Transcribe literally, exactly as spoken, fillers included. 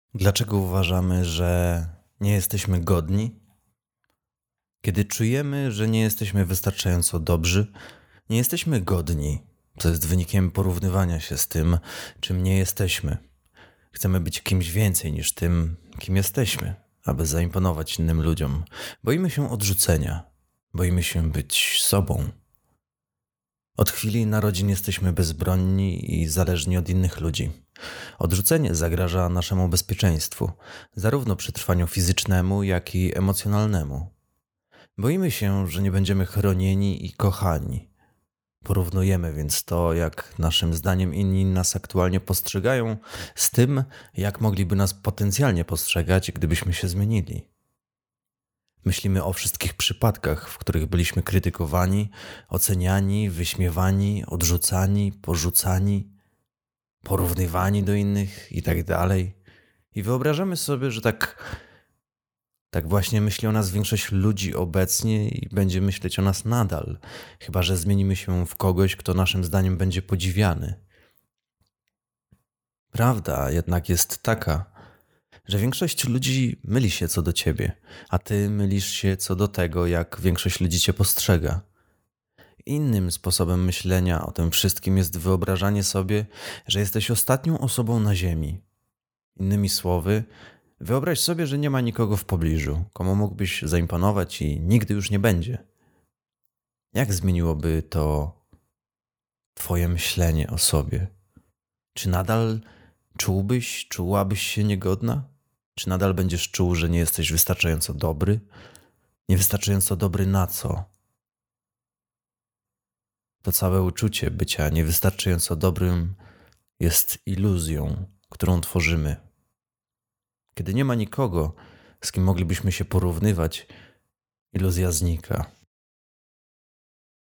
Dlaczego uważamy, że nie jesteśmy godni? Kiedy czujemy, że nie jesteśmy wystarczająco dobrzy, nie jesteśmy godni, co jest wynikiem porównywania się z tym, czym nie jesteśmy. Chcemy być kimś więcej niż tym, kim jesteśmy, aby zaimponować innym ludziom. Boimy się odrzucenia, boimy się być sobą. Od chwili narodzin jesteśmy bezbronni i zależni od innych ludzi. Odrzucenie zagraża naszemu bezpieczeństwu, zarówno przy trwaniu fizycznemu, jak i emocjonalnemu. Boimy się, że nie będziemy chronieni i kochani. Porównujemy więc to, jak naszym zdaniem inni nas aktualnie postrzegają, z tym, jak mogliby nas potencjalnie postrzegać, gdybyśmy się zmienili. Myślimy o wszystkich przypadkach, w których byliśmy krytykowani, oceniani, wyśmiewani, odrzucani, porzucani, porównywani do innych i tak dalej. I wyobrażamy sobie, że tak, tak właśnie myśli o nas większość ludzi obecnie i będzie myśleć o nas nadal, chyba że zmienimy się w kogoś, kto naszym zdaniem będzie podziwiany. Prawda jednak jest taka, że większość ludzi myli się co do ciebie, a ty mylisz się co do tego, jak większość ludzi cię postrzega. Innym sposobem myślenia o tym wszystkim jest wyobrażanie sobie, że jesteś ostatnią osobą na ziemi. Innymi słowy, wyobraź sobie, że nie ma nikogo w pobliżu, komu mógłbyś zaimponować i nigdy już nie będzie. Jak zmieniłoby to twoje myślenie o sobie? Czy nadal czułbyś, czułabyś się niegodna? Czy nadal będziesz czuł, że nie jesteś wystarczająco dobry? Niewystarczająco dobry na co? To całe uczucie bycia niewystarczająco dobrym jest iluzją, którą tworzymy. Kiedy nie ma nikogo, z kim moglibyśmy się porównywać, iluzja znika.